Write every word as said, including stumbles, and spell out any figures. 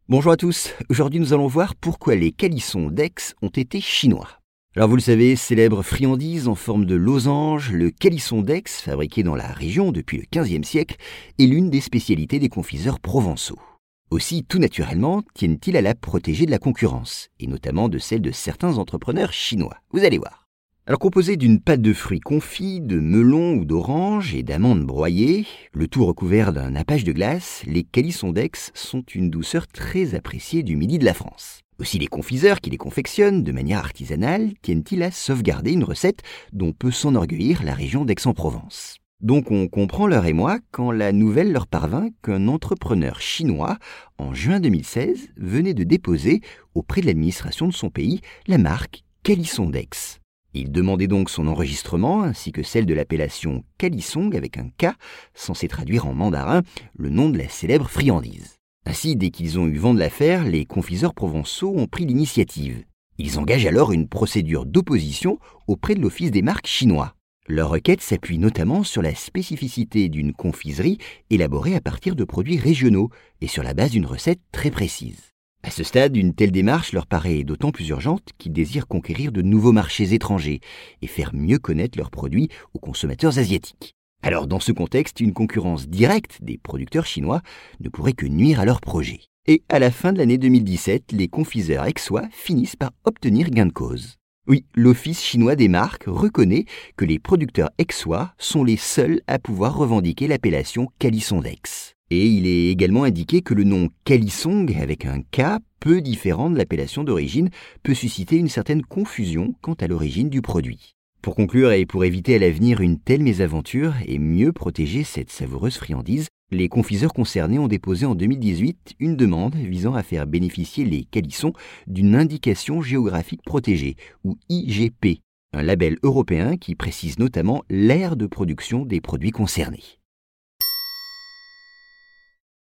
Bonjour à tous, aujourd'hui nous allons voir pourquoi les calissons d'Aix ont été chinois. Alors vous le savez, célèbre friandise en forme de losange, le calisson d'Aix, fabriqué dans la région depuis le quinzième siècle, est l'une des spécialités des confiseurs provençaux. Aussi, tout naturellement, tiennent-ils à la protéger de la concurrence, et notamment de celle de certains entrepreneurs chinois. Vous allez voir. Alors composé d'une pâte de fruits confits, de melons ou d'oranges et d'amandes broyées, le tout recouvert d'un nappage de glace, les calissons d'Aix sont une douceur très appréciée du midi de la France. Aussi les confiseurs qui les confectionnent de manière artisanale tiennent-ils à sauvegarder une recette dont peut s'enorgueillir la région d'Aix-en-Provence. Donc on comprend leur émoi quand la nouvelle leur parvint qu'un entrepreneur chinois, en juin deux mille seize, venait de déposer auprès de l'administration de son pays la marque Calisson d'Aix. Il demandait donc son enregistrement ainsi que celle de l'appellation Calisson avec un K, censé traduire en mandarin le nom de la célèbre friandise. Ainsi, dès qu'ils ont eu vent de l'affaire, les confiseurs provençaux ont pris l'initiative. Ils engagent alors une procédure d'opposition auprès de l'Office des marques chinois. Leur requête s'appuie notamment sur la spécificité d'une confiserie élaborée à partir de produits régionaux et sur la base d'une recette très précise. À ce stade, une telle démarche leur paraît d'autant plus urgente qu'ils désirent conquérir de nouveaux marchés étrangers et faire mieux connaître leurs produits aux consommateurs asiatiques. Alors, dans ce contexte, une concurrence directe des producteurs chinois ne pourrait que nuire à leur projet. Et à la fin de l'année deux mille dix-sept, les confiseurs aixois finissent par obtenir gain de cause. Oui, l'Office chinois des marques reconnaît que les producteurs aixois sont les seuls à pouvoir revendiquer l'appellation Calisson d'Aix. Et il est également indiqué que le nom Calissong, avec un K, peu différent de l'appellation d'origine, peut susciter une certaine confusion quant à l'origine du produit. Pour conclure et pour éviter à l'avenir une telle mésaventure et mieux protéger cette savoureuse friandise, les confiseurs concernés ont déposé en deux mille dix-huit une demande visant à faire bénéficier les calissons d'une indication géographique protégée, ou I G P, un label européen qui précise notamment l'aire de production des produits concernés.